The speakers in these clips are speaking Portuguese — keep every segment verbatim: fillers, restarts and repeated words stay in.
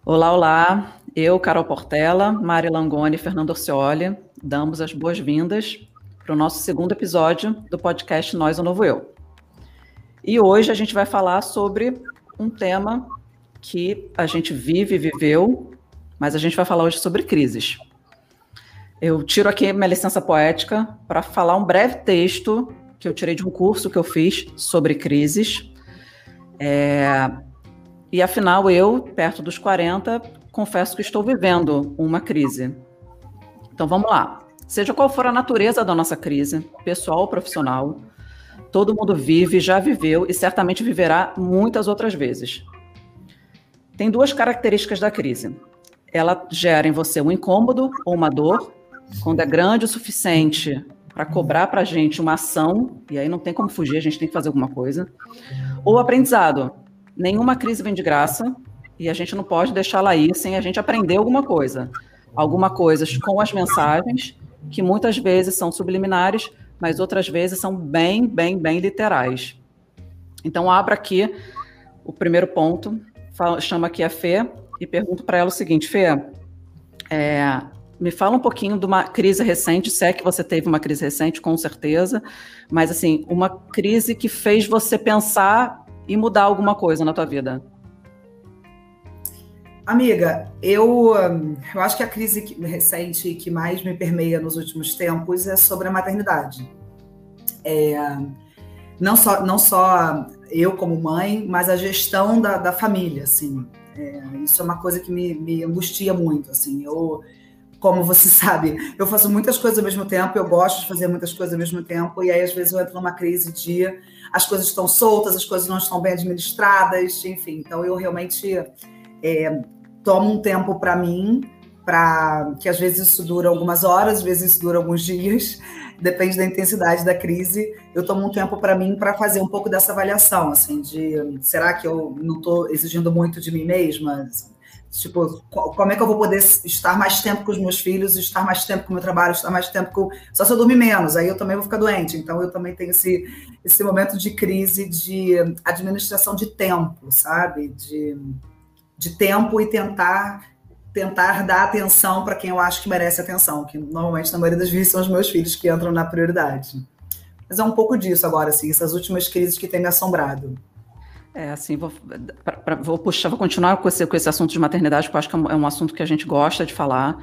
Olá, olá. Eu, Carol Portela, Mari Langoni e Fernando Orcioli, damos as boas-vindas para o nosso segundo episódio do podcast Nós, o Novo Eu. E hoje a gente vai falar sobre um tema que a gente vive e viveu, mas a gente vai falar hoje sobre crises. Eu tiro aqui minha licença poética para falar um breve texto que eu tirei de um curso que eu fiz sobre crises. É... E afinal, eu, perto dos quarenta, confesso que estou vivendo uma crise. Então vamos lá. Seja qual for a natureza da nossa crise, pessoal ou profissional, todo mundo vive, já viveu e certamente viverá muitas outras vezes. Tem duas características da crise. Ela gera em você um incômodo ou uma dor, quando é grande o suficiente para cobrar para a gente uma ação, e aí não tem como fugir, a gente tem que fazer alguma coisa, ou aprendizado. Nenhuma crise vem de graça e a gente não pode deixá-la ir sem a gente aprender alguma coisa. Alguma coisa com as mensagens, que muitas vezes são subliminares, mas outras vezes são bem, bem, bem literais. Então, abro aqui o primeiro ponto, falo, chamo aqui a Fê e pergunto para ela o seguinte: Fê, é, me fala um pouquinho de uma crise recente, se é que você teve uma crise recente, com certeza, mas assim, uma crise que fez você pensar e mudar alguma coisa na tua vida. Amiga, eu, eu acho que a crise recente que mais me permeia nos últimos tempos é sobre a maternidade. É, não, só, não só eu como mãe, mas a gestão da, da família, assim. É, isso é uma coisa que me, me angustia muito, assim. Eu, como você sabe, eu faço muitas coisas ao mesmo tempo, eu gosto de fazer muitas coisas ao mesmo tempo, e aí às vezes eu entro numa crise de as coisas estão soltas, as coisas não estão bem administradas, enfim. Então eu realmente é, tomo um tempo para mim, para que às vezes isso dura algumas horas, às vezes isso dura alguns dias, depende da intensidade da crise. Eu tomo um tempo para mim para fazer um pouco dessa avaliação, assim, de será que eu não estou exigindo muito de mim mesma? Tipo, como é que eu vou poder estar mais tempo com os meus filhos, estar mais tempo com o meu trabalho, estar mais tempo com... Só se eu dormir menos, aí eu também vou ficar doente. Então, eu também tenho esse, esse momento de crise de administração de tempo, sabe? De, de tempo e tentar, tentar dar atenção para quem eu acho que merece atenção, que normalmente, na maioria das vezes, são os meus filhos que entram na prioridade. Mas é um pouco disso agora, assim, essas últimas crises que têm me assombrado. É, assim, vou, pra, pra, vou puxar, vou continuar com esse, com esse assunto de maternidade, porque eu acho que é um, é um assunto que a gente gosta de falar.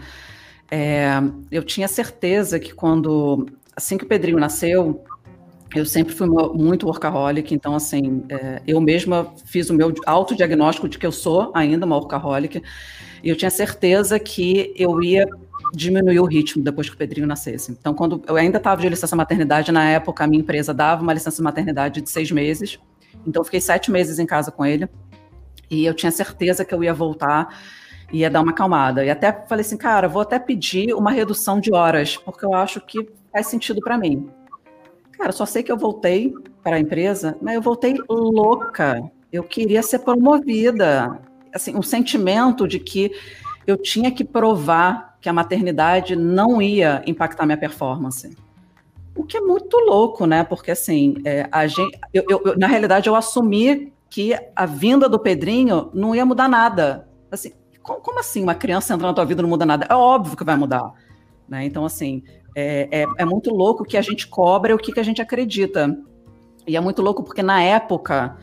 É, eu tinha certeza que quando, assim que o Pedrinho nasceu, eu sempre fui muito workaholic, então, assim, é, eu mesma fiz o meu autodiagnóstico de que eu sou ainda uma workaholic, e eu tinha certeza que eu ia diminuir o ritmo depois que o Pedrinho nascesse. Então, quando eu ainda estava de licença maternidade, na época a minha empresa dava uma licença maternidade de seis meses, então eu fiquei sete meses em casa com ele, e eu tinha certeza que eu ia voltar, ia dar uma acalmada. E até falei assim, cara, vou até pedir uma redução de horas, porque eu acho que faz sentido para mim. Cara, só sei que eu voltei para a empresa, mas eu voltei louca. Eu queria ser promovida. Assim, um sentimento de que eu tinha que provar que a maternidade não ia impactar minha performance. O que é muito louco, né? Porque, assim, é, a gente, eu, eu, na realidade, eu assumi que a vinda do Pedrinho não ia mudar nada. Assim, como, como assim uma criança entrando na tua vida não muda nada? É óbvio que vai mudar, né? Então, assim, é, é, é muito louco que a gente cobra o que, que a gente acredita. E é muito louco porque, na época,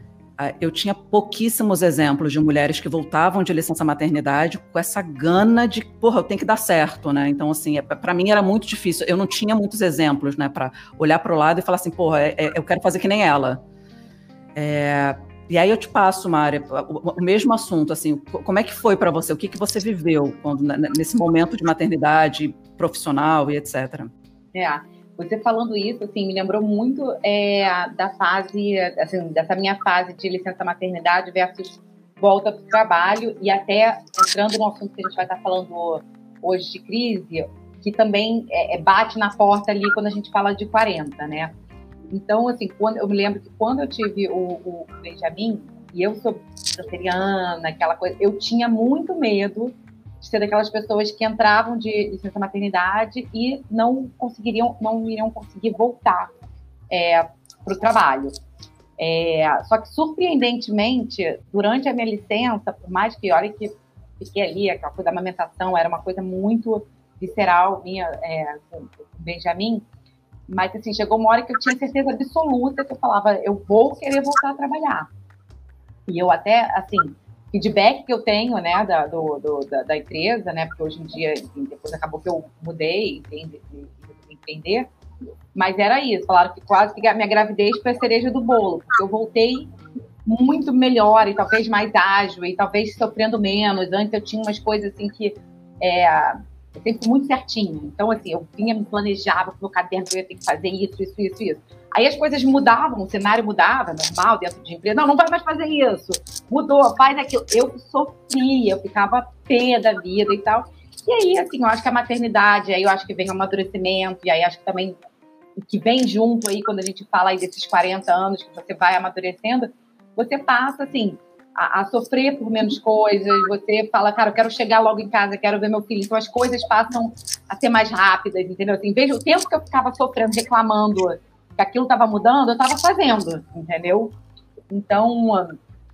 eu tinha pouquíssimos exemplos de mulheres que voltavam de licença maternidade com essa gana de, porra, eu tenho que dar certo, né? Então, assim, é, para mim era muito difícil. Eu não tinha muitos exemplos, né, para olhar para o lado e falar assim, porra, é, é, eu quero fazer que nem ela. É, e aí eu te passo, Mari, o, o mesmo assunto, assim, como é que foi para você? O que, que você viveu quando, nesse momento de maternidade profissional e etcétera? É, você falando isso, assim, me lembrou muito é, da fase, assim, dessa minha fase de licença maternidade versus volta para o trabalho, e até entrando no assunto que a gente vai estar falando hoje de crise, que também é, é, bate na porta ali quando a gente fala de quarenta, né? Então, assim, quando, eu me lembro que quando eu tive o, o Benjamin, e eu sou canceriana, aquela coisa, eu tinha muito medo de ser daquelas pessoas que entravam de licença maternidade e não conseguiriam, não iriam conseguir voltar é, para o trabalho. É, só que, surpreendentemente, durante a minha licença, por mais que, olha que fiquei ali, aquela coisa da amamentação, era uma coisa muito visceral minha, é, com o Benjamin, mas assim, chegou uma hora que eu tinha certeza absoluta que eu falava, eu vou querer voltar a trabalhar. E eu até, assim, feedback que eu tenho, né, da, do, do, da, da empresa, né, porque hoje em dia, enfim, depois acabou que eu mudei, empreender, empreender, mas era isso, falaram que quase que a minha gravidez foi a cereja do bolo, porque eu voltei muito melhor e talvez mais ágil e talvez sofrendo menos. Antes eu tinha umas coisas assim que é, eu sempre fui muito certinho. Então, assim, eu vinha, me planejava com o meu caderno, eu ia ter que fazer isso, isso, isso, isso. Aí as coisas mudavam, o cenário mudava, normal, dentro de empresa. Não, não vai mais fazer isso. Mudou, faz aquilo. Eu sofria, eu ficava pé da vida e tal. E aí, assim, eu acho que a maternidade, aí eu acho que vem o amadurecimento, e aí acho que também o que vem junto aí, quando a gente fala aí desses quarenta anos, que você vai amadurecendo, você passa, assim, a, a sofrer por menos coisas, você fala, cara, eu quero chegar logo em casa, quero ver meu filho. Então, as coisas passam a ser mais rápidas, entendeu? Assim, veja, o tempo que eu ficava sofrendo, reclamando que aquilo estava mudando, eu estava fazendo, entendeu? Então,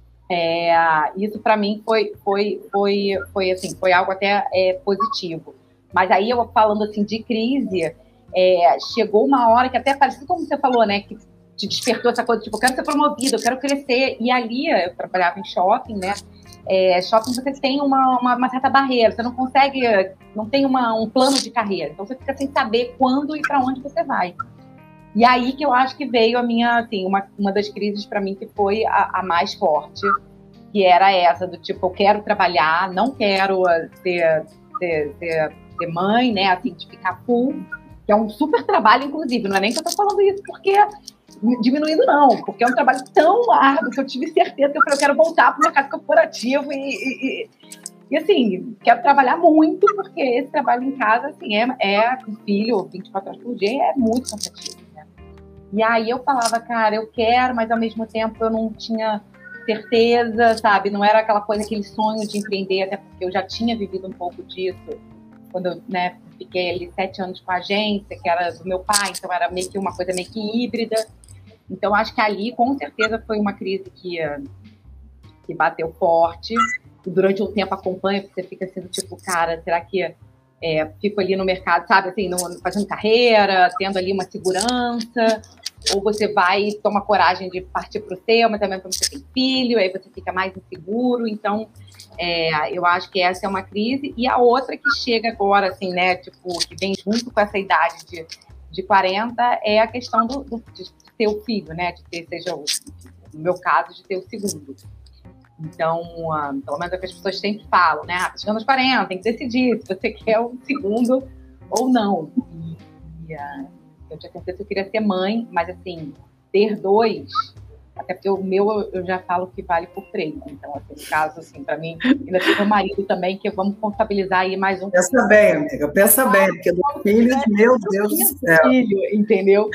é, isso para mim foi, foi, foi, foi, assim, foi algo até é, positivo. Mas aí, eu falando, assim, de crise, é, chegou uma hora que até parecido como você falou, né, que te despertou essa coisa, tipo, eu quero ser promovida, eu quero crescer. E ali, eu trabalhava em shopping, né? É, shopping você tem uma, uma, uma certa barreira, você não consegue, não tem uma, um plano de carreira. Então, você fica sem saber quando e para onde você vai. E aí que eu acho que veio a minha, assim, uma, uma das crises para mim que foi a, a mais forte, que era essa, do tipo, eu quero trabalhar, não quero ser, ser, ser, ser mãe, né? Assim, de ficar full, que é um super trabalho, inclusive. Não é nem que eu tô falando isso porque... diminuindo não, porque é um trabalho tão árduo que eu tive certeza que eu falei, eu quero voltar para o mercado corporativo e, e, e, assim, quero trabalhar muito, porque esse trabalho em casa, assim, é, é com filho, vinte e quatro horas por dia, é muito cansativo, né? E aí eu falava, cara, eu quero, mas ao mesmo tempo eu não tinha certeza, sabe, não era aquela coisa, aquele sonho de empreender, até porque eu já tinha vivido um pouco disso, quando eu, né, fiquei ali sete anos com a agência, que era do meu pai, então era meio que uma coisa meio que híbrida. Então, acho que ali, com certeza, foi uma crise que, que bateu forte. E durante um tempo acompanha, porque você fica sendo tipo, cara, será que é, fico ali no mercado, sabe, assim, no, fazendo carreira, tendo ali uma segurança, ou você vai e toma coragem de partir para o seu, mas também quando você tem filho, aí você fica mais inseguro. Então, é, eu acho que essa é uma crise. E a outra que chega agora, assim, né, tipo, que vem junto com essa idade de, de quarenta, é a questão do, do, de ter o filho, né, de ter, seja o, no meu caso, de ter o segundo. Então, uh, pelo menos é o que as pessoas sempre falam, né, ah, chegando aos quarenta, tem que decidir se você quer o segundo ou não. E, e uh, eu tinha certeza que eu queria ser mãe, mas, assim, ter dois, até porque o meu eu já falo que vale por três. Então, assim, no caso, assim, para mim, ainda tem meu marido também, que vamos contabilizar aí mais um. Pensa bem, amiga, pensa bem, porque dos filhos, meu Deus do céu. Filho, entendeu?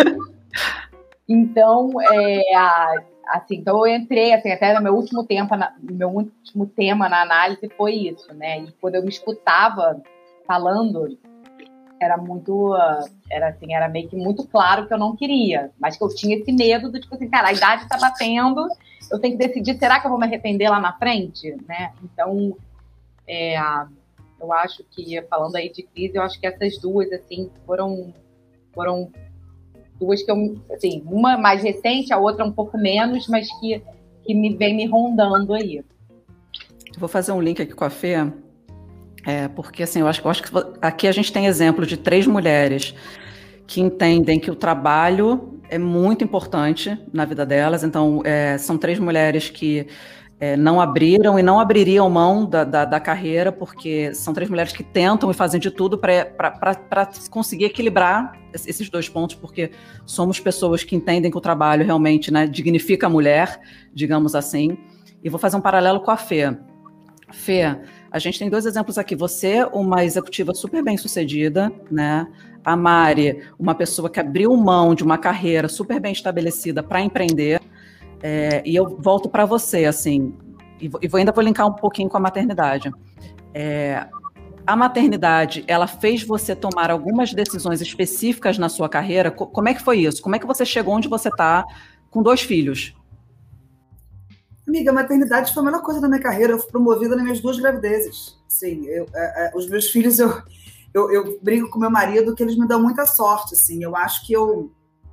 Então, é, assim, então eu entrei, assim, até no meu último tempo, na, meu último tema na análise foi isso, né? E quando eu me escutava falando, era muito, era assim, era meio que muito claro que eu não queria, mas que eu tinha esse medo do tipo assim, cara, a idade tá batendo, eu tenho que decidir, será que eu vou me arrepender lá na frente, né? Então, é, eu acho que, falando aí de crise, eu acho que essas duas, assim, foram, foram duas que eu, assim, uma mais recente, a outra um pouco menos, mas que, que me vem me rondando aí. Eu vou fazer um link aqui com a Fê, é, porque assim, eu acho, eu acho que aqui a gente tem exemplo de três mulheres que entendem que o trabalho é muito importante na vida delas, então é, são três mulheres que é, não abriram e não abririam mão da, da, da carreira, porque são três mulheres que tentam e fazem de tudo para conseguir equilibrar esses dois pontos, porque somos pessoas que entendem que o trabalho realmente, né, dignifica a mulher, digamos assim. E vou fazer um paralelo com a Fê. Fê, a gente tem dois exemplos aqui. Você, uma executiva super bem sucedida, né? A Mari, uma pessoa que abriu mão de uma carreira super bem estabelecida para empreender. É, e eu volto para você, assim, e, vou, e vou, ainda vou linkar um pouquinho com a maternidade. É, a maternidade, ela fez você tomar algumas decisões específicas na sua carreira? Como é que foi isso? Como é que você chegou onde você está com dois filhos? Amiga, a maternidade foi a melhor coisa da minha carreira. Eu fui promovida nas minhas duas gravidezes. Sim, eu, é, é, os meus filhos, eu, eu, eu brigo com meu marido que eles me dão muita sorte. Assim. Eu acho que eu,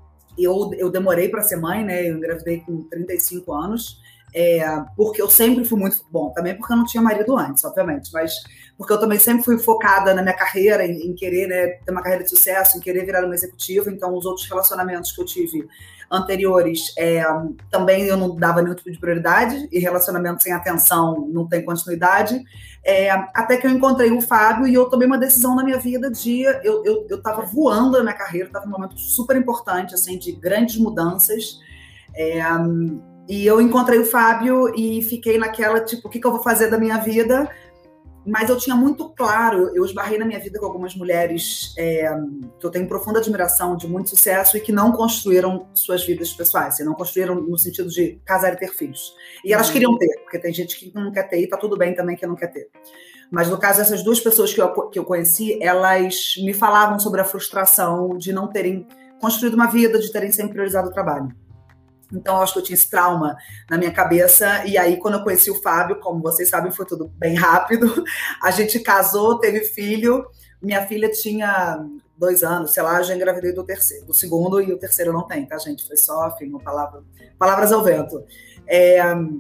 eu, eu demorei para ser mãe, né? Eu engravidei com trinta e cinco anos, é, porque eu sempre fui muito... Bom, também porque eu não tinha marido antes, obviamente, mas porque eu também sempre fui focada na minha carreira, em, em querer, né, ter uma carreira de sucesso, em querer virar uma executiva. Então, os outros relacionamentos que eu tive anteriores, é, também eu não dava nenhum tipo de prioridade, e relacionamento sem atenção não tem continuidade, é, até que eu encontrei o Fábio e eu tomei uma decisão na minha vida de... Eu, eu, eu tava voando na minha carreira, estava num momento super importante, assim, de grandes mudanças, é, e eu encontrei o Fábio e fiquei naquela, tipo, o que, que eu vou fazer da minha vida? Mas eu tinha muito claro, eu esbarrei na minha vida com algumas mulheres é, que eu tenho profunda admiração, de muito sucesso, e que não construíram suas vidas pessoais, não construíram no sentido de casar e ter filhos. E elas queriam ter, porque tem gente que não quer ter, e tá tudo bem também que não quer ter. Mas no caso dessas duas pessoas que eu, que eu conheci, elas me falavam sobre a frustração de não terem construído uma vida, de terem sempre priorizado o trabalho. Então, eu acho que eu tinha esse trauma na minha cabeça. E aí, quando eu conheci o Fábio, como vocês sabem, foi tudo bem rápido. A gente casou, teve filho. Minha filha tinha dois anos, sei lá, eu já engravidei do terceiro, do segundo, e o terceiro não tem, tá, gente? Foi só, enfim, uma palavra, palavras ao vento. É,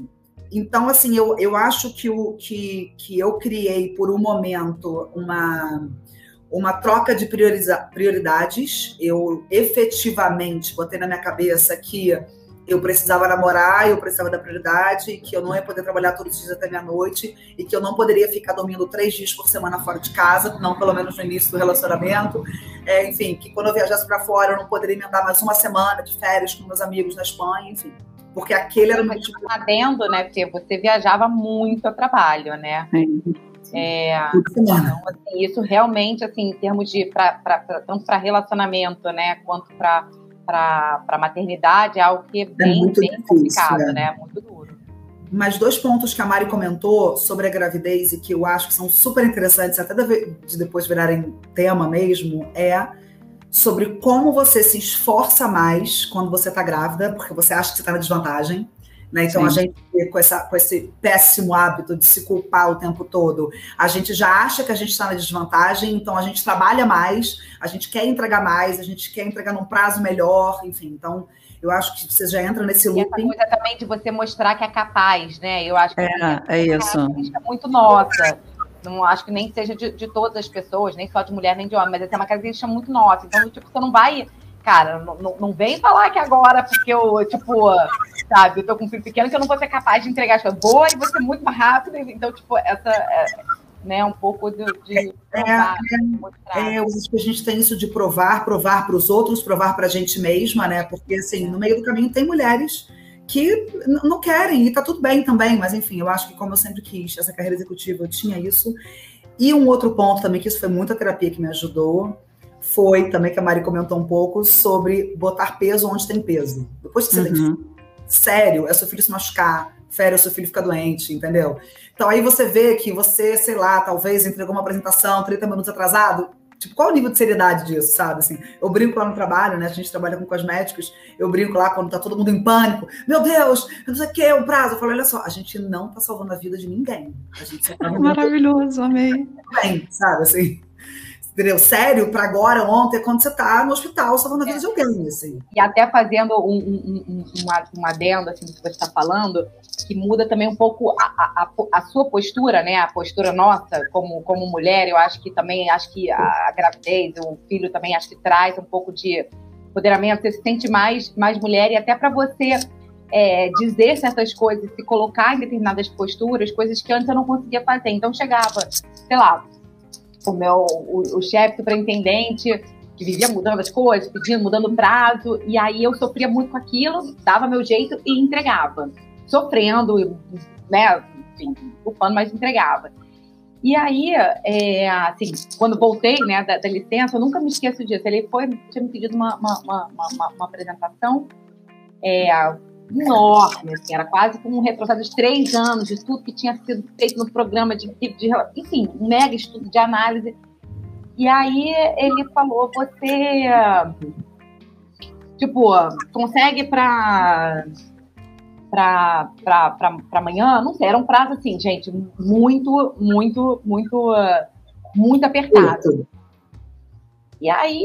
então, assim, eu, eu acho que, o, que, que eu criei, por um momento, uma... uma troca de prioridades. Eu efetivamente botei na minha cabeça que eu precisava namorar, eu precisava da prioridade, que eu não ia poder trabalhar todos os dias até meia-noite e que eu não poderia ficar dormindo três dias por semana fora de casa, não pelo menos no início do relacionamento. É, enfim, que quando eu viajasse para fora eu não poderia emendar mais uma semana de férias com meus amigos na Espanha, enfim. Porque aquele era o meu tipo... Adendo, né, porque você viajava muito a trabalho, né? Sim. É, então, assim, isso realmente, assim, em termos de pra, pra, pra, tanto para relacionamento, né, quanto para para maternidade, é algo que é bem, é muito bem difícil, complicado, é. né? Muito duro. Mas dois pontos que a Mari comentou sobre a gravidez e que eu acho que são super interessantes, até de depois virarem tema mesmo, é sobre como você se esforça mais quando você está grávida, porque você acha que você está na desvantagem. Né? Então, Sim. a gente, com, essa, com esse péssimo hábito de se culpar o tempo todo, a gente já acha que a gente está na desvantagem, então a gente trabalha mais, a gente quer entregar mais, a gente quer entregar num prazo melhor, enfim. Então, eu acho que você já entra nesse looping. E essa coisa também de você mostrar que é capaz, né? Eu acho que é, é, é isso. É muito nossa. Não acho que nem seja de, de todas as pessoas, nem só de mulher, nem de homem, mas essa é uma característica muito nossa. Então, tipo, você não vai... Cara, não, não, não vem falar que agora, porque eu, tipo, sabe, eu tô com um filho pequeno que eu não vou ser capaz de entregar as coisas. Boa, e vou ser muito mais rápido. Então, tipo, essa, é, né, um pouco de... de provar, é, é, é, eu acho que a gente tem isso de provar, provar para os outros, provar para a gente mesma, né? Porque, assim, no meio do caminho tem mulheres que não querem, e tá tudo bem também, mas, enfim, eu acho que como eu sempre quis essa carreira executiva, eu tinha isso. E um outro ponto também, que isso foi muita terapia que me ajudou, foi também que a Mari comentou um pouco sobre botar peso onde tem peso. Depois que você uhum. tem sério, é seu filho se machucar, sério, é seu filho ficar doente, entendeu? Então aí você vê que você, sei lá, talvez entregou uma apresentação trinta minutos atrasado. Tipo, qual o nível de seriedade disso, sabe? Assim, eu brinco lá no trabalho, né? A gente trabalha com cosméticos, eu brinco lá quando tá todo mundo em pânico. Meu Deus, não sei o que, o prazo. Eu falo, olha só, a gente não tá salvando a vida de ninguém. A gente só tá maravilhoso, amei. Bem, sabe, assim... Entendeu? Sério, para agora, ontem, é quando você está no hospital salvando a vida é. de alguém, assim. E até fazendo um, um, um, uma, uma adenda, assim, do que você está falando, que muda também um pouco a, a, a sua postura, né? A postura nossa como, como mulher. Eu acho que também, acho que a, a gravidez, o filho também, acho que traz um pouco de empoderamento. Você se sente mais, mais mulher, e até para você é, dizer certas coisas, se colocar em determinadas posturas, coisas que antes eu não conseguia fazer. Então chegava, sei lá, o meu o, o chefe superintendente, que vivia mudando as coisas, pedindo, mudando o prazo, e aí eu sofria muito com aquilo, dava meu jeito e entregava. Sofrendo, né, enfim, culpando, mas entregava. E aí, é, assim, quando voltei, né, da, da licença, eu nunca me esqueço disso. Ele foi, tinha me pedido uma, uma, uma, uma, uma apresentação é, enorme, assim, era quase como um retrocesso de três anos de tudo que tinha sido feito no programa, de, de, de enfim, um mega estudo de análise. E aí ele falou, você, tipo, consegue para para amanhã, não sei, era um prazo assim, gente, muito, muito, muito, uh, muito apertado. Muito. E aí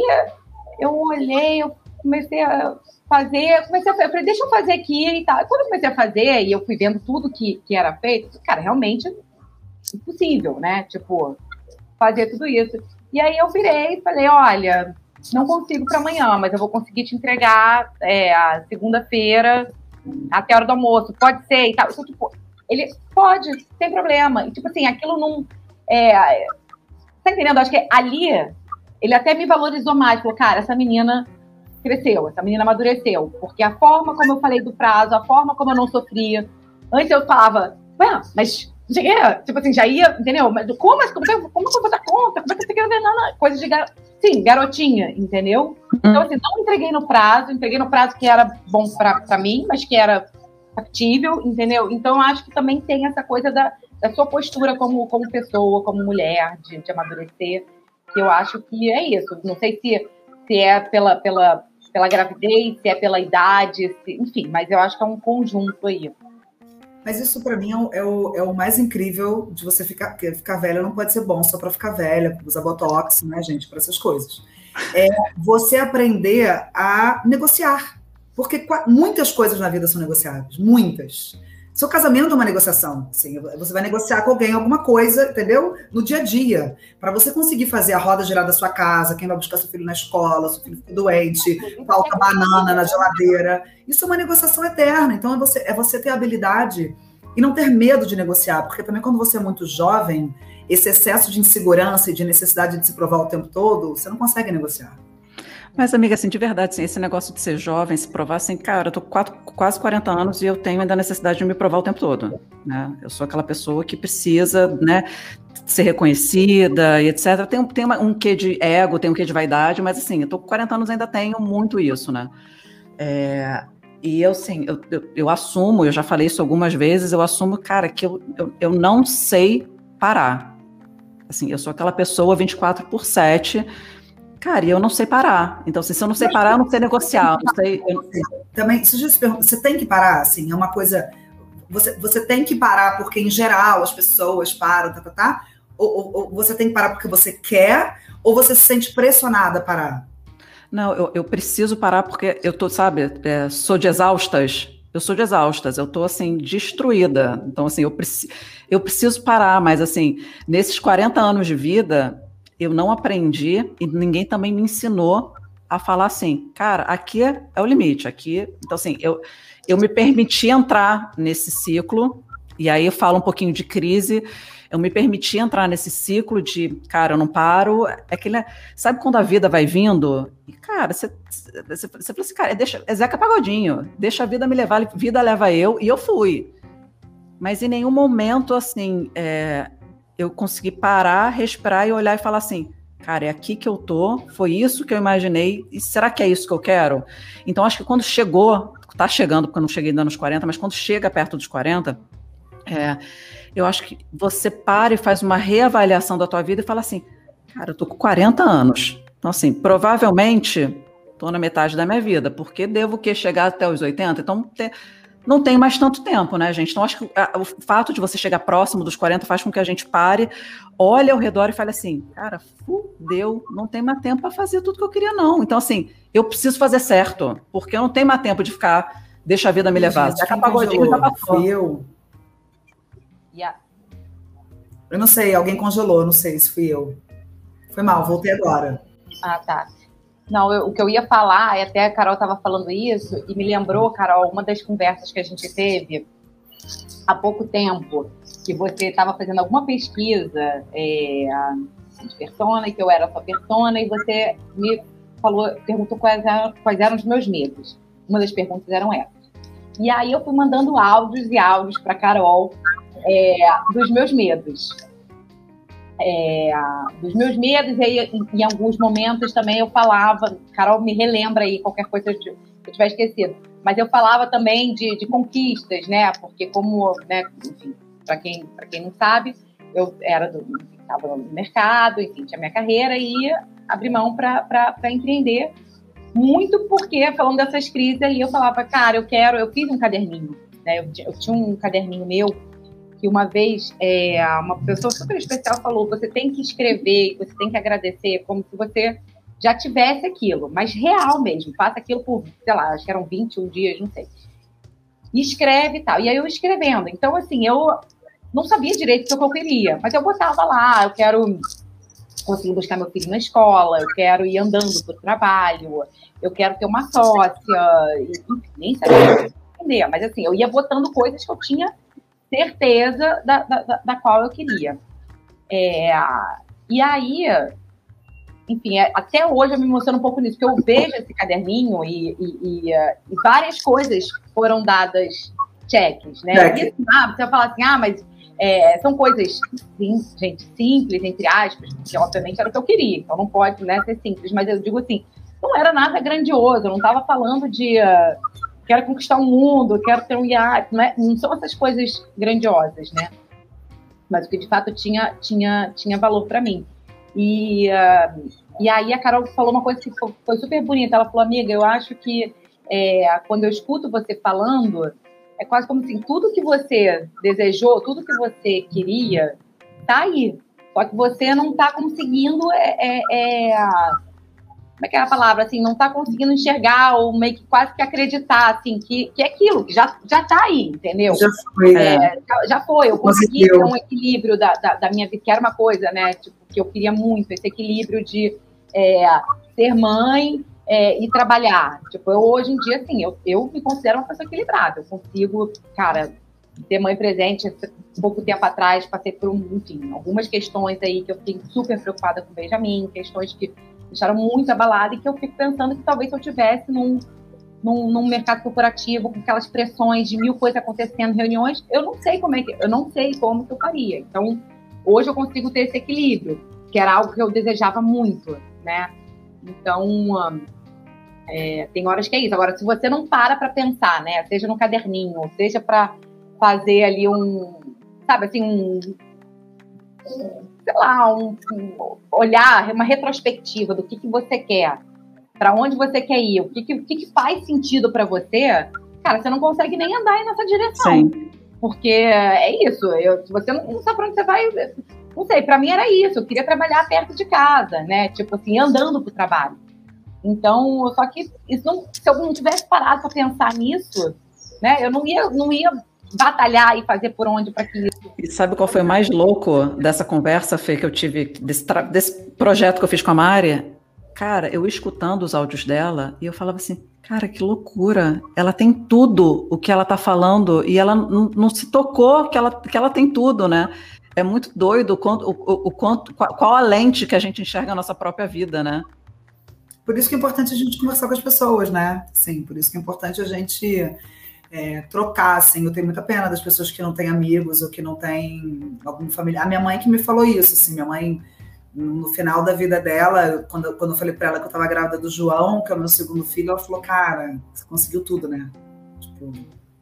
eu olhei, eu comecei a fazer, comecei a fazer, eu falei, deixa eu fazer aqui e tal. E quando eu comecei a fazer, e eu fui vendo tudo que, que era feito, cara, realmente impossível, né? Tipo, fazer tudo isso. E aí eu virei e falei, olha, não consigo para amanhã, mas eu vou conseguir te entregar é, a segunda-feira até a hora do almoço, pode ser e tal. Então, tipo, ele pode, sem problema. E, tipo assim, aquilo não... É, tá entendendo? Acho que ali, ele até me valorizou mais. Falou, cara, essa menina cresceu, essa menina amadureceu. Porque a forma como eu falei do prazo, a forma como eu não sofria. Antes eu falava, ué, mas... Tipo assim, já ia, entendeu? Mas como, como, como que eu vou dar conta? Como é que você quer ver nada? Coisa de, gar... sim, garotinha, entendeu? Então, assim, não entreguei no prazo, entreguei no prazo que era bom pra, pra mim, mas que era factível, entendeu? Então, eu acho que também tem essa coisa da, da sua postura como, como pessoa, como mulher, de, de amadurecer, que eu acho que é isso. Não sei se, se é pela, pela, pela gravidez, se é pela idade, se, enfim, mas eu acho que é um conjunto aí. Mas isso, para mim, é o, é o mais incrível de você ficar... Porque ficar velha não pode ser bom só para ficar velha, usar botox, né, gente, para essas coisas. É você aprender a negociar. Porque muitas coisas na vida são negociáveis. Muitas. Seu casamento é uma negociação. Assim, você vai negociar com alguém alguma coisa, entendeu? No dia a dia. Para você conseguir fazer a roda girar da sua casa, quem vai buscar seu filho na escola, seu filho fica doente, falta banana na geladeira. Isso é uma negociação eterna. Então, é você, é você ter a habilidade e não ter medo de negociar. Porque também quando você é muito jovem, esse excesso de insegurança e de necessidade de se provar o tempo todo, você não consegue negociar. Mas, amiga, assim, de verdade, assim, esse negócio de ser jovem, se provar, assim, cara, eu tô com quatro, quase quarenta anos e eu tenho ainda a necessidade de me provar o tempo todo, né? Eu sou aquela pessoa que precisa, né, ser reconhecida e etcétera. Tem, tem uma, um quê de ego, tem um quê de vaidade, mas, assim, eu tô com quarenta anos e ainda tenho muito isso, né? É, e eu, assim, eu, eu, eu assumo, eu já falei isso algumas vezes, eu assumo, cara, que eu, eu, eu não sei parar. Assim, eu sou aquela pessoa vinte e quatro por sete... Cara, e eu não sei parar. Então, assim, se eu não sei parar, eu não sei negociar. Eu não sei, eu... Também, se eu te pergunto, você tem que parar, assim, é uma coisa... Você, você tem que parar porque, em geral, as pessoas param, tá, tá, tá? Ou, ou, ou você tem que parar porque você quer, ou você se sente pressionada a parar? Não, eu, eu preciso parar porque eu tô, sabe, é, sou de exaustas. Eu sou de exaustas, eu tô, assim, destruída. Então, assim, eu, preci, eu preciso parar, mas, assim, nesses quarenta anos de vida... eu não aprendi e ninguém também me ensinou a falar assim, cara, aqui é, é o limite, aqui... Então, assim, eu, eu me permiti entrar nesse ciclo, e aí eu falo um pouquinho de crise, eu me permiti entrar nesse ciclo de, cara, eu não paro, é que, né, sabe quando a vida vai vindo? E, cara, você, você, você fala assim, cara, deixa, é Zeca Pagodinho, deixa a vida me levar, a vida leva eu, e eu fui. Mas em nenhum momento, assim... É, eu consegui parar, respirar e olhar e falar assim, cara, é aqui que eu tô, foi isso que eu imaginei, e será que é isso que eu quero? Então, acho que quando chegou, tá chegando, porque eu não cheguei ainda nos quarenta, mas quando chega perto dos quarenta, é, eu acho que você para e faz uma reavaliação da tua vida e fala assim, cara, eu tô com quarenta anos, então assim, provavelmente tô na metade da minha vida, porque devo que chegar até os oitenta, então... Ter, não tem mais tanto tempo, né, gente? Então, acho que a, o fato de você chegar próximo dos quarenta faz com que a gente pare, olhe ao redor e fale assim, cara, fudeu, não tem mais tempo para fazer tudo que eu queria, não. Então, assim, eu preciso fazer certo, porque eu não tenho mais tempo de ficar, deixa a vida me levar. Gente, quem congelou? Já passou. Fui eu? Yeah. Eu não sei, alguém congelou, não sei se fui eu. Foi mal, voltei agora. Ah, tá. Não, eu, o que eu ia falar, e até a Carol estava falando isso, e me lembrou, Carol, uma das conversas que a gente teve há pouco tempo, que você estava fazendo alguma pesquisa é, de persona, e que eu era sua persona, e você me falou, perguntou quais eram, quais eram os meus medos. Uma das perguntas eram essas. E aí eu fui mandando áudios e áudios para Carol é, dos meus medos. É, dos meus medos, e aí, em, em alguns momentos também eu falava, Carol me relembra aí qualquer coisa que eu tiver esquecido, mas eu falava também de, de conquistas, né, porque como, né, enfim, para quem, para quem não sabe, eu era do, estava no mercado, enfim, tinha minha carreira e abri mão para empreender, muito porque, falando dessas crises aí, eu falava, cara, eu quero, eu fiz um caderninho, né, né? Eu, eu tinha um caderninho meu que uma vez é, uma pessoa super especial falou, você tem que escrever, você tem que agradecer como se você já tivesse aquilo, mas real mesmo, faça aquilo por, sei lá, acho que eram vinte e um dias, não sei. E escreve e tal. E aí eu escrevendo. Então, assim, eu não sabia direito o que eu queria, mas eu botava lá, eu quero conseguir buscar meu filho na escola, eu quero ir andando para o trabalho, eu quero ter uma sócia, enfim, nem sabia entender, mas assim, eu ia botando coisas que eu tinha certeza da, da, da qual eu queria. É, e aí, enfim, até hoje eu me emociono um pouco nisso, porque eu vejo esse caderninho e, e, e, e várias coisas foram dadas cheques, né? Check. E, assim, ah, você vai falar assim, ah, mas é, são coisas, sim, gente, simples, entre aspas, porque obviamente era o que eu queria, então não pode, né, ser simples, mas eu digo assim, não era nada grandioso, eu não estava falando de uh, quero conquistar o mundo, quero ter um iate, não, é, não são essas coisas grandiosas, né? Mas o que de fato tinha, tinha, tinha valor para mim. E, uh, e aí a Carol falou uma coisa que foi, foi super bonita, ela falou, amiga, eu acho que é, quando eu escuto você falando, é quase como assim, tudo que você desejou, tudo que você queria, tá aí. Só que você não tá conseguindo, é, é, é, como é que é a palavra, assim, não tá conseguindo enxergar ou meio que quase que acreditar, assim, que, que é aquilo, que já, já tá aí, entendeu? Já foi, é, né? já, já foi, eu consegui ter um equilíbrio da, da, da minha vida, que era uma coisa, né, tipo, que eu queria muito, esse equilíbrio de é, ser mãe, É, e trabalhar. Tipo, eu hoje em dia, assim, eu, eu me considero uma pessoa equilibrada. Eu consigo, cara, ter mãe presente. Um pouco tempo atrás, passei por, um, enfim, algumas questões aí que eu fiquei super preocupada com o Benjamin, questões que me deixaram muito abalada e que eu fico pensando que talvez se eu tivesse num, num, num mercado corporativo, com aquelas pressões de mil coisas acontecendo, reuniões, eu não sei como é que, eu não sei como que eu faria. Então, hoje eu consigo ter esse equilíbrio, que era algo que eu desejava muito, né? Então, é, tem horas que é isso. Agora, se você não para para pensar, né? Seja no caderninho, seja para fazer ali um, sabe, assim, um, um sei lá, um, um olhar, uma retrospectiva do que, que você quer, para onde você quer ir, o que, que, o que, que faz sentido para você, cara, você não consegue nem andar aí nessa direção. Sim. Porque é isso, eu, se você não, não sabe para onde você vai, não sei, para mim era isso, eu queria trabalhar perto de casa, né, tipo assim, andando pro trabalho. Então, só que isso não, se eu não tivesse parado para pensar nisso, né, eu não ia, não ia batalhar e fazer por onde para que isso... E sabe qual foi o mais louco dessa conversa, Fê, que eu tive, desse, desse projeto que eu fiz com a Mari? Cara, eu escutando os áudios dela, e eu falava assim, cara, que loucura, ela tem tudo o que ela tá falando, e ela não, não se tocou que ela, que ela tem tudo, né? É muito doido o quanto, o, o quanto, qual, qual a lente que a gente enxerga a nossa própria vida, né? Por isso que é importante a gente conversar com as pessoas, né? Sim, por isso que é importante a gente é, trocar, assim. Eu tenho muita pena das pessoas que não têm amigos ou que não têm algum familiar. A minha mãe que me falou isso, assim, minha mãe, no final da vida dela, quando, quando eu falei pra ela que eu tava grávida do João, que é o meu segundo filho, ela falou, cara, você conseguiu tudo, né? Tipo,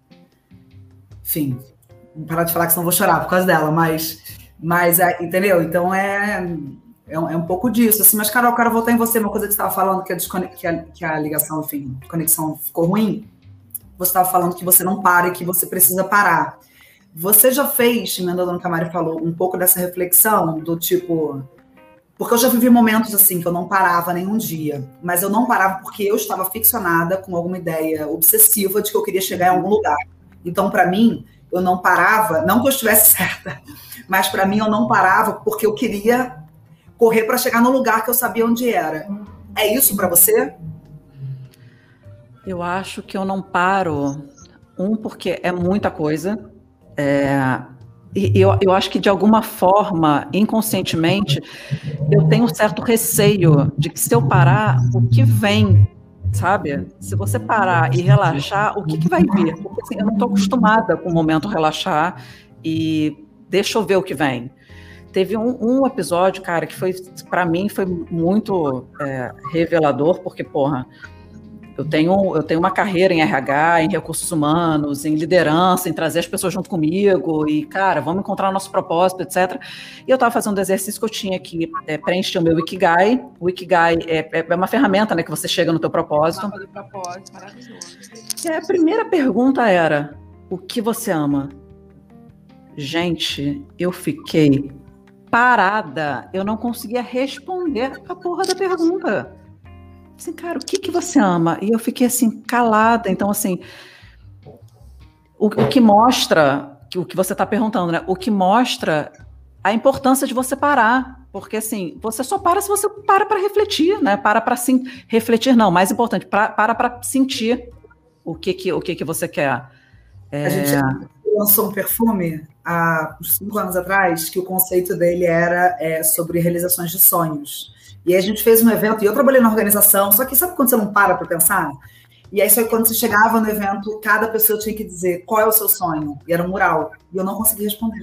enfim, vou parar de falar que senão eu vou chorar por causa dela, mas, mas é, entendeu? Então é... É um, é um pouco disso, assim, mas, Carol, eu quero voltar em você, uma coisa que você estava falando, que a, que, a, que a ligação, enfim, a conexão ficou ruim, você estava falando que você não para e que você precisa parar. Você já fez, emendando no que a Mari falou, um pouco dessa reflexão, do tipo... Porque eu já vivi momentos, assim, que eu não parava nenhum dia, mas eu não parava porque eu estava ficcionada com alguma ideia obsessiva de que eu queria chegar em algum lugar. Então, para mim, eu não parava, não que eu estivesse certa, mas para mim eu não parava porque eu queria... correr para chegar no lugar que eu sabia onde era. É isso para você? Eu acho que eu não paro, um, porque é muita coisa, é, e eu, eu acho que de alguma forma, inconscientemente, eu tenho um certo receio de que se eu parar, o que vem, sabe? Se você parar e relaxar, o que, que vai vir? Porque assim, eu não estou acostumada com o momento relaxar e deixa eu ver o que vem. Teve um, um episódio, cara, que foi, para mim, foi muito é, revelador, porque, porra, eu tenho, eu tenho uma carreira em R H, em recursos humanos, em liderança, em trazer as pessoas junto comigo, e, cara, vamos encontrar o nosso propósito, etcétera. E eu estava fazendo um exercício que eu tinha que é, preencher o meu Ikigai. O Ikigai é, é uma ferramenta, né, que você chega no teu propósito. Mapa do propósito, maravilhoso. E a primeira pergunta era, o que você ama? Gente, eu fiquei parada, eu não conseguia responder a porra da pergunta. Assim, cara, o que que você ama? E eu fiquei assim, calada. Então, assim, o, o que mostra, o que você está perguntando, né? O que mostra a importância de você parar. Porque, assim, você só para se você para para refletir, né? Para para sim, refletir, não. Mais importante, pra, para para sentir o que que, o que que você quer. É... A gente lançou um perfume há uns cinco anos atrás, que o conceito dele era é, sobre realizações de sonhos. E aí a gente fez um evento, e eu trabalhei na organização, só que sabe quando você não para para pensar? E aí só que quando você chegava no evento, cada pessoa tinha que dizer qual é o seu sonho. E era um mural. E eu não consegui responder.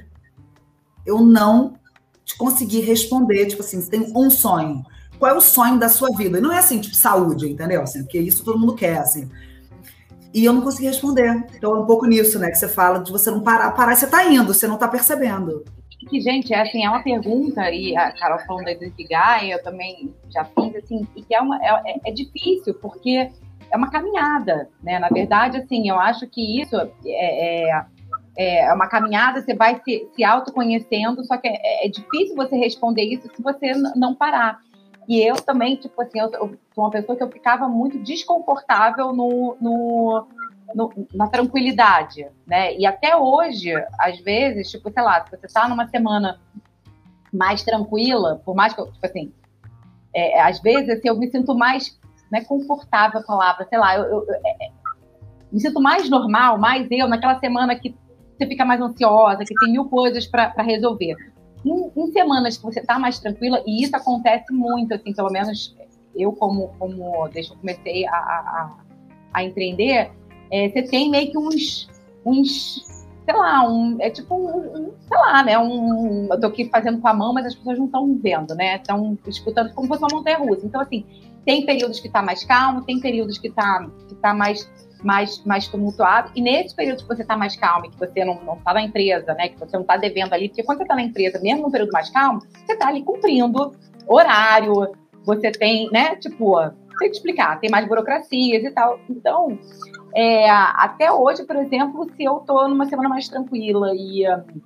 Eu não consegui responder, tipo assim, você tem um sonho. Qual é o sonho da sua vida? E não é assim, tipo, saúde, entendeu? Assim, porque isso todo mundo quer, assim. E eu não consegui responder. Então é um pouco nisso, né, que você fala de você não parar. Parar, você tá indo, você não tá percebendo. Que, gente, é assim, é uma pergunta, e a Carol falando da Ikigai, eu também já fiz, assim, e que é, uma, é, é difícil, porque é uma caminhada, né? Na verdade, assim, eu acho que isso é, é, é uma caminhada, você vai se, se autoconhecendo, só que é, é difícil você responder isso se você não parar. E eu também, tipo assim, eu, eu sou uma pessoa que eu ficava muito desconfortável no... no No, na tranquilidade, né? E até hoje, às vezes, tipo, sei lá, se você tá numa semana mais tranquila, por mais que eu, tipo assim, é, às vezes, assim, eu me sinto mais, não é confortável a palavra, sei lá, eu, eu, eu é, me sinto mais normal, mais eu, naquela semana que você fica mais ansiosa, que tem mil coisas para resolver. Em, em semanas que você tá mais tranquila, e isso acontece muito, assim, pelo menos eu, como, como desde que eu comecei a, a, a empreender, É, você tem meio que uns, uns sei lá, um, é tipo um, um, sei lá, né, um, eu tô aqui fazendo com a mão, mas as pessoas não estão vendo, né, estão escutando como se fosse uma montanha-russa. Então, assim, tem períodos que tá mais calmo, tem períodos que tá, que tá mais, mais, mais tumultuado, e nesse período que você tá mais calmo, que você não, não tá na empresa, né, que você não tá devendo ali, porque quando você tá na empresa, mesmo num período mais calmo, você tá ali cumprindo horário, você tem, né, tipo, tem que explicar, tem mais burocracias e tal, então... É, até hoje, por exemplo, se eu tô numa semana mais tranquila e,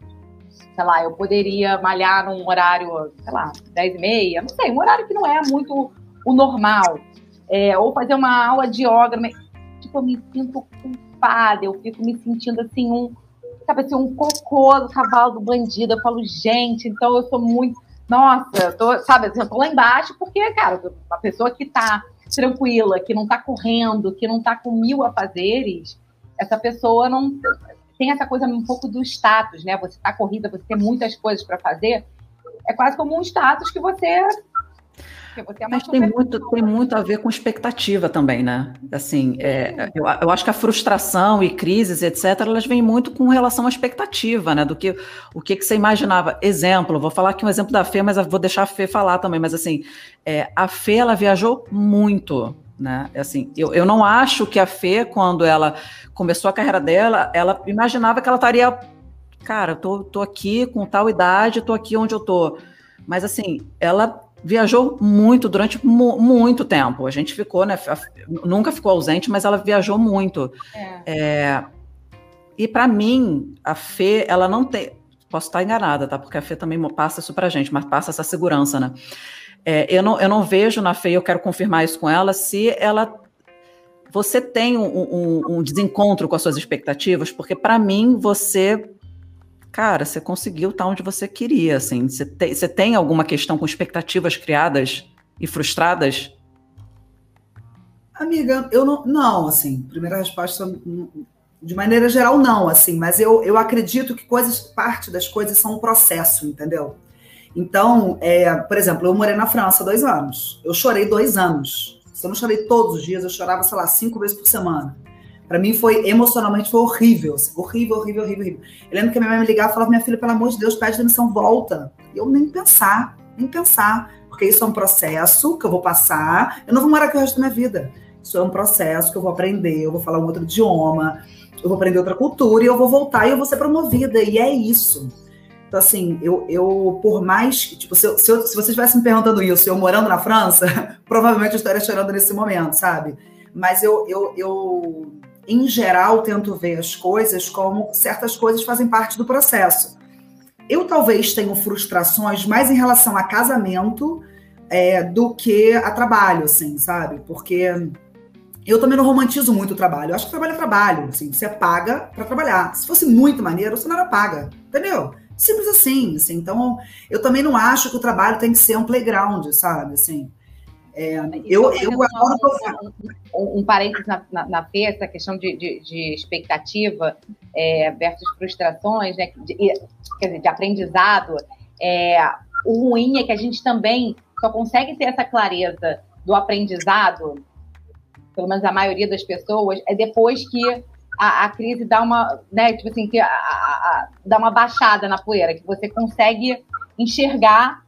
sei lá, eu poderia malhar num horário, sei lá, dez e meia, não sei, um horário que não é muito o normal, é, ou fazer uma aula de yoga, tipo, eu me sinto culpada, eu fico me sentindo assim, um, sabe assim, um cocô do cavalo do bandido, eu falo, gente, então eu sou muito, nossa, eu tô, sabe, assim, eu tô lá embaixo porque, cara, uma pessoa que tá tranquila, que não tá correndo, que não tá com mil afazeres, essa pessoa não tem essa coisa um pouco do status, né? Você tá corrida, você tem muitas coisas para fazer, é quase como um status que você... Que você é Mas tem muito, tem muito a ver com expectativa também, né? Assim, é, eu, eu acho que a frustração e crises, etcétera, elas vêm muito com relação à expectativa, né? Do que o que, que você imaginava. Exemplo, vou falar aqui um exemplo da Fê, mas vou deixar a Fê falar também. Mas assim, é, a Fê, ela viajou muito, né? Assim, eu, eu não acho que a Fê, quando ela começou a carreira dela, ela imaginava que ela estaria, cara, eu tô, tô aqui com tal idade, tô aqui onde eu tô. Mas assim, ela viajou muito durante mu muito tempo. A gente ficou, né? Nunca ficou ausente, mas ela viajou muito. É. É, e para mim, a Fê, ela não tem. Posso estar enganada, tá? Porque a Fê também passa isso pra gente, mas passa essa segurança, né? É, eu, não, eu não vejo na Fê, eu quero confirmar isso com ela, se ela. Você tem um, um, um desencontro com as suas expectativas, porque para mim você. Cara, você conseguiu estar onde você queria, assim. Você tem, você tem alguma questão com expectativas criadas e frustradas? Amiga, eu não, não, assim, primeira resposta, de maneira geral, não, assim, mas eu, eu acredito que coisas, parte das coisas são um processo, entendeu? Então, é, por exemplo, eu morei na França dois anos, eu chorei dois anos, se eu não chorei todos os dias, eu chorava, sei lá, cinco vezes por semana. Para mim foi, emocionalmente, foi horrível, assim, horrível, horrível, horrível, horrível. Eu lembro que a minha mãe me ligava e falava, minha filha, pelo amor de Deus, pede demissão, volta. E eu nem pensar, nem pensar, porque isso é um processo que eu vou passar, eu não vou morar aqui o resto da minha vida. Isso é um processo que eu vou aprender, eu vou falar um outro idioma, eu vou aprender outra cultura, e eu vou voltar e eu vou ser promovida, e é isso. Então, assim, eu, eu por mais, tipo, se, eu, se, eu, se você estivesse me perguntando isso, eu morando na França, provavelmente eu estaria chorando nesse momento, sabe? Mas eu... eu, eu em geral, tento ver as coisas como certas coisas fazem parte do processo. Eu talvez tenha frustrações mais em relação a casamento é, do que a trabalho, assim, sabe? Porque eu também não romantizo muito o trabalho. Eu acho que trabalho é trabalho, assim, você paga para trabalhar. Se fosse muito maneiro, você não era paga, entendeu? Simples assim, assim. Então, eu também não acho que o trabalho tem que ser um playground, sabe? Assim, é, eu, eu adoro... Um, um parênteses na, na, na Fê, essa questão de, de, de expectativa é, versus frustrações, né? De, quer dizer, de aprendizado. É, o ruim é que a gente também só consegue ter essa clareza do aprendizado, pelo menos a maioria das pessoas, é depois que a, a crise dá uma, né, tipo assim, que a, a, a, dá uma baixada na poeira, que você consegue enxergar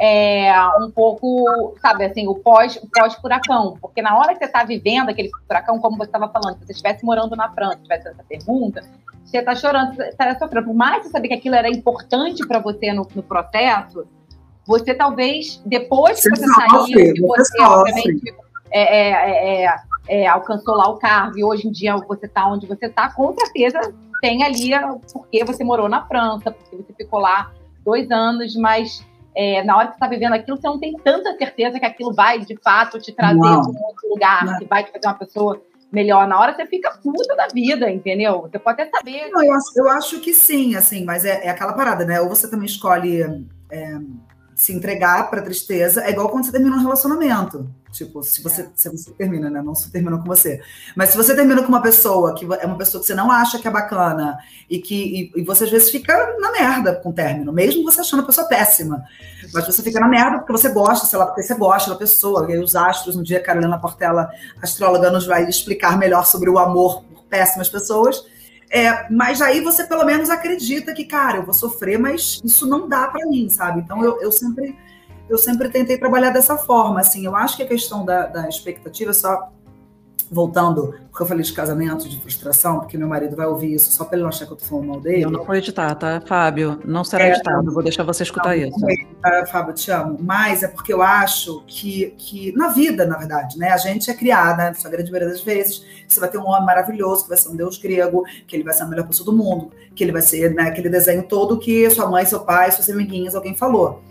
é, um pouco, sabe, assim, o pós, o pós-furacão. Porque na hora que você está vivendo aquele furacão, como você estava falando, se você estivesse morando na França, tivesse essa pergunta, você está chorando, você está sofrendo. Por mais você saber que aquilo era importante para você no, no processo, você talvez, depois que você, você saiu, que você, você obviamente, é, é, é, é, alcançou lá o cargo, e hoje em dia você está onde você está, com certeza tem ali porque você morou na França, porque você ficou lá dois anos, mas é, na hora que você está vivendo aquilo, você não tem tanta certeza que aquilo vai, de fato, te trazer para um outro lugar, não. que vai te fazer uma pessoa melhor. Na hora você fica puta da vida, entendeu? Você pode até saber. Não, eu, acho, eu acho que sim, assim, mas é, é aquela parada, né? Ou você também escolhe é, se entregar para tristeza, é igual quando você termina um relacionamento. Tipo, se você, é. se você termina, né? Não se terminou com você. Mas se você termina com uma pessoa que é uma pessoa que você não acha que é bacana e que e, e você às vezes fica na merda com o término, mesmo você achando a pessoa péssima. Mas você fica na merda porque você gosta, sei lá, porque você gosta da pessoa. E aí os astros, um dia a Carolina Portela, astróloga, nos vai explicar melhor sobre o amor por péssimas pessoas. É, mas aí você pelo menos acredita que, cara, eu vou sofrer, mas isso não dá pra mim, sabe? Então eu, eu sempre eu sempre tentei trabalhar dessa forma, assim. Eu acho que a questão da, da expectativa, só voltando, porque eu falei de casamento, de frustração, porque meu marido vai ouvir isso só pra ele não achar que eu tô falando mal dele. Eu não vou editar, tá, Fábio? Não será é, editado, eu vou deixar você escutar não, isso. É, Fábio, te amo. Mas é porque eu acho que, que na vida, na verdade, né, a gente é criada, na sua grande maioria das vezes, você vai ter um homem maravilhoso, que vai ser um deus grego, que ele vai ser a melhor pessoa do mundo, que ele vai ser, né, aquele desenho todo que sua mãe, seu pai, suas amiguinhas, alguém falou.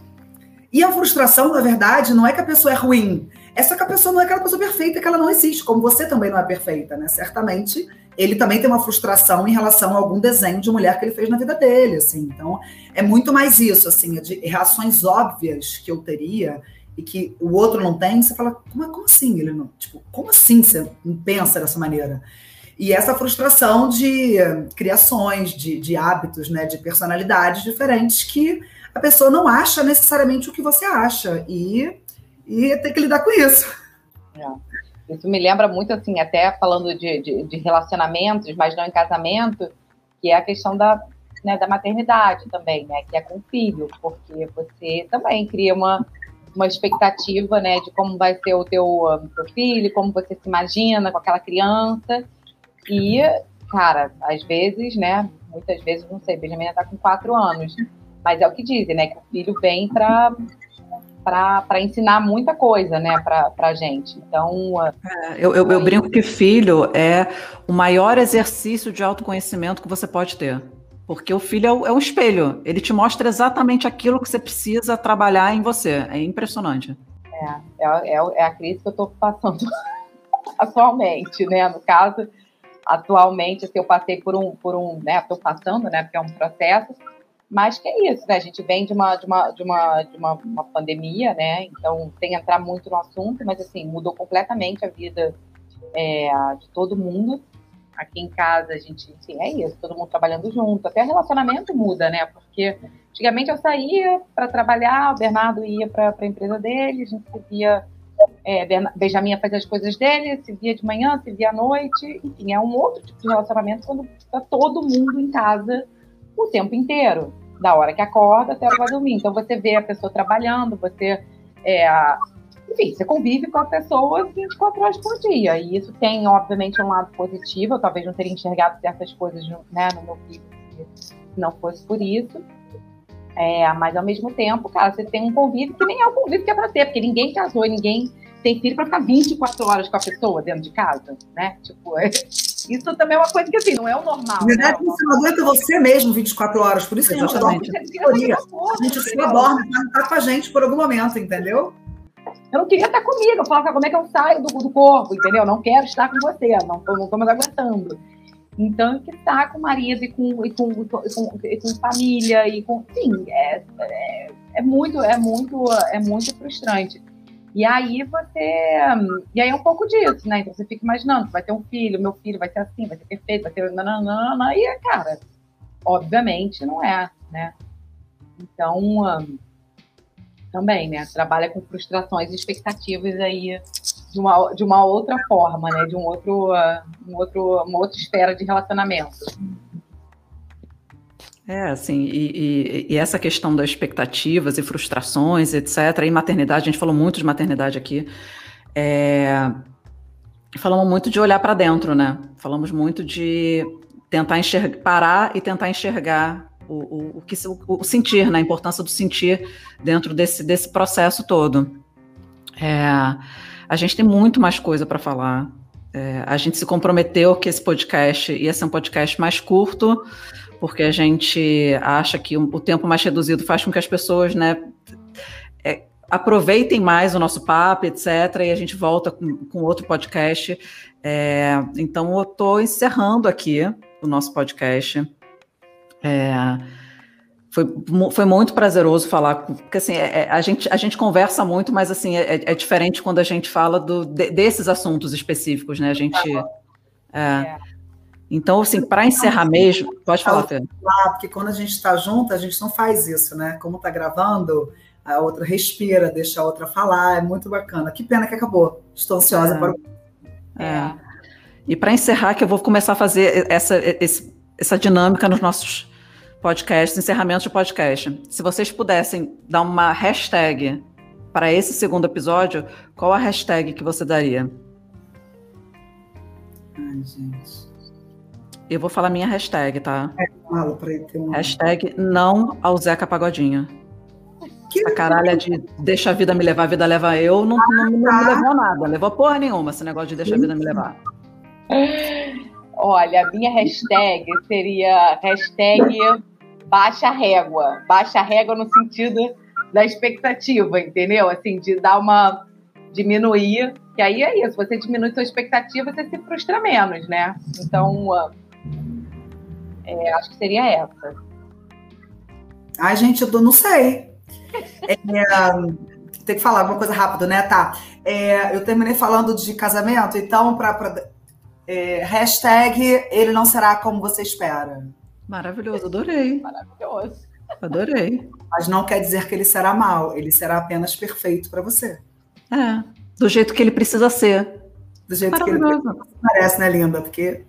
E a frustração, na verdade, não é que a pessoa é ruim, é só que a pessoa não é aquela pessoa perfeita, que ela não existe, como você também não é perfeita, né? Certamente, ele também tem uma frustração em relação a algum desenho de mulher que ele fez na vida dele, assim. Então, é muito mais isso, assim, de reações óbvias que eu teria e que o outro não tem, você fala, como, como assim? Ele não, tipo, como assim você não pensa dessa maneira? E essa frustração de criações, de, de hábitos, né, de personalidades diferentes que a pessoa não acha necessariamente o que você acha. E, e tem que lidar com isso. É. Isso me lembra muito, assim, até falando de, de, de relacionamentos, mas não em casamento, que é a questão da, né, da maternidade também, né, que é com o filho, porque você também cria uma, uma expectativa, né, de como vai ser o teu, o teu filho, como você se imagina com aquela criança. E, cara, às vezes, né, muitas vezes, não sei, Benjamin está com quatro anos, mas é o que dizem, né, que o filho vem para para ensinar muita coisa, né, para a gente. Então, é, eu, eu, eu brinco que filho é o maior exercício de autoconhecimento que você pode ter, porque o filho é, o, é um espelho, ele te mostra exatamente aquilo que você precisa trabalhar em você, é impressionante. É, é, é a crise que eu estou passando atualmente, né, no caso, atualmente, assim, eu passei por um, por um, né, estou passando, né, porque é um processo, mas que é isso, né? A gente vem de uma, de uma, de uma, de uma, uma pandemia, né? Então, sem entrar muito no assunto, mas assim, mudou completamente a vida é, de todo mundo. Aqui em casa, a gente, enfim, é isso, todo mundo trabalhando junto. Até relacionamento muda, né? Porque antigamente eu saía para trabalhar, o Bernardo ia para a empresa dele, a gente se via, é, Benjamin ia fazer as coisas dele, se via de manhã, se via à noite. Enfim, é um outro tipo de relacionamento quando está todo mundo em casa o tempo inteiro, da hora que acorda até a hora que vai dormir. Então você vê a pessoa trabalhando, você é, enfim, você convive com a pessoa vinte e quatro horas por dia, e isso tem obviamente um lado positivo. Eu talvez não teria enxergado certas coisas, né, no meu filho se não fosse por isso, é, mas ao mesmo tempo, cara, você tem um convívio que nem é o convívio que é pra ter, porque ninguém casou, ninguém tem filho para ficar vinte e quatro horas com a pessoa dentro de casa, né? Tipo, é, isso também é uma coisa que, assim, não é o normal. Na verdade, né? você não aguenta você mesmo vinte e quatro horas, por isso que a gente dorme. A gente só dorme para estar com a gente por algum momento, entendeu? Eu não queria estar comigo, eu falava, como é que eu saio do, do corpo, entendeu? Não quero estar com você, não tô, não tô mais aguentando. Então, que tá com o marido e com, e com, e com, e com família, e com. Sim, é, é, é, muito, é, muito, é muito frustrante. E aí você. E aí é um pouco disso, né? Então você fica imaginando, vai ter um filho, meu filho vai ser assim, vai ser perfeito, vai ser. Nananana, e, cara, obviamente não é, né? Então, um, também, né? Trabalha com frustrações e expectativas aí. De uma, de uma outra forma, né? De um outro, uh, um outro, uma outra esfera de relacionamento. É, assim, e, e, e essa questão das expectativas e frustrações, etcétera, e maternidade, a gente falou muito de maternidade aqui, é, falamos muito de olhar para dentro, né? Falamos muito de tentar enxergar, parar e tentar enxergar o, o, o, que, o, o sentir, né? A importância do sentir dentro desse, desse processo todo. É... A gente tem muito mais coisa para falar. É, a gente se comprometeu que esse podcast ia ser um podcast mais curto, porque a gente acha que o, o tempo mais reduzido faz com que as pessoas, né, é, aproveitem mais o nosso papo, etcétera. E a gente volta com, com outro podcast. É, então, eu estou encerrando aqui o nosso podcast. É, Foi, foi muito prazeroso falar, porque assim, é, a, gente, a gente conversa muito, mas assim, é, é diferente quando a gente fala do, de, desses assuntos específicos, né? A gente. É, é. Então, assim, para encerrar mesmo, pode falar, Fê. Porque quando a gente está junto, a gente não faz isso, né? Como está gravando, a outra respira, deixa a outra falar, é muito bacana. Que pena que acabou. Estou ansiosa é. para o. É. E para encerrar, que eu vou começar a fazer essa, esse, essa dinâmica nos nossos podcast, encerramento de podcast. Se vocês pudessem dar uma hashtag para esse segundo episódio, qual a hashtag que você daria? Ai, gente. Eu vou falar minha hashtag, tá? É, fala pra ele ter uma... Hashtag não ao Zeca Pagodinho. Que essa caralha de deixa a vida me levar, a vida leva eu, não, ah, não, não tá. me levou a nada. Levou porra nenhuma esse negócio de deixa a vida me levar. Olha, a minha hashtag seria hashtag baixa régua. Baixa régua no sentido da expectativa, entendeu? Assim, de dar uma... diminuir, que aí é isso. Você diminui sua expectativa, você se frustra menos, né? Então, é, acho que seria essa. Ai, gente, eu não sei. É, tem que falar alguma coisa rápido, né? Tá. É, eu terminei falando de casamento, então, para... É, hashtag ele não será como você espera. Maravilhoso, adorei. Maravilhoso. Adorei. Mas não quer dizer que ele será mal, ele será apenas perfeito para você. É, do jeito que ele precisa ser. Do jeito que ele parece, né, linda? Porque...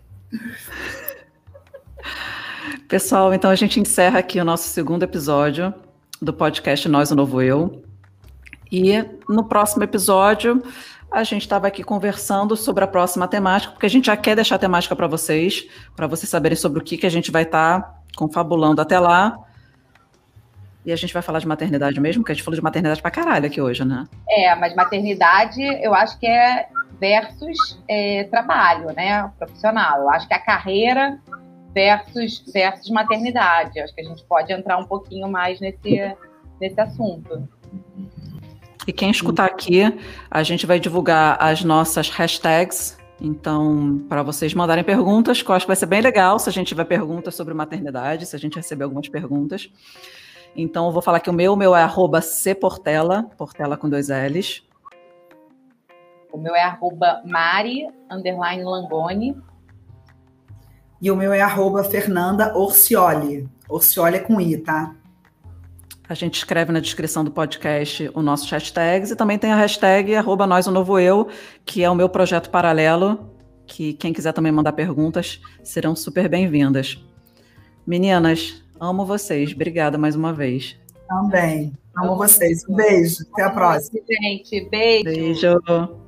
Pessoal, então a gente encerra aqui o nosso segundo episódio do podcast Nós, o Novo Eu. E no próximo episódio... a gente estava aqui conversando sobre a próxima temática, porque a gente já quer deixar a temática para vocês, para vocês saberem sobre o que, que a gente vai estar tá confabulando até lá. E a gente vai falar de maternidade mesmo, porque a gente falou de maternidade pra caralho aqui hoje, né? É, mas maternidade eu acho que é versus é, trabalho, né? Profissional. Eu acho que a carreira versus, versus maternidade. Eu acho que a gente pode entrar um pouquinho mais nesse, nesse assunto. E quem escutar aqui, a gente vai divulgar as nossas hashtags. Então, para vocês mandarem perguntas, que eu acho que vai ser bem legal se a gente tiver perguntas sobre maternidade, se a gente receber algumas perguntas. Então, eu vou falar que o meu, o meu é arroba cportela, Portela com dois L's. O meu é arroba Mari, underline Langoni. E o meu é arroba Fernanda Orcioli. Orcioli é com I, tá? A gente escreve na descrição do podcast os nossos hashtags e também tem a hashtag arroba Nós o Novo Eu, que é o meu projeto paralelo, que quem quiser também mandar perguntas serão super bem-vindas. Meninas, amo vocês. Obrigada mais uma vez. Também. Amo vocês. Um beijo. Até a próxima. Gente, beijo. Beijo.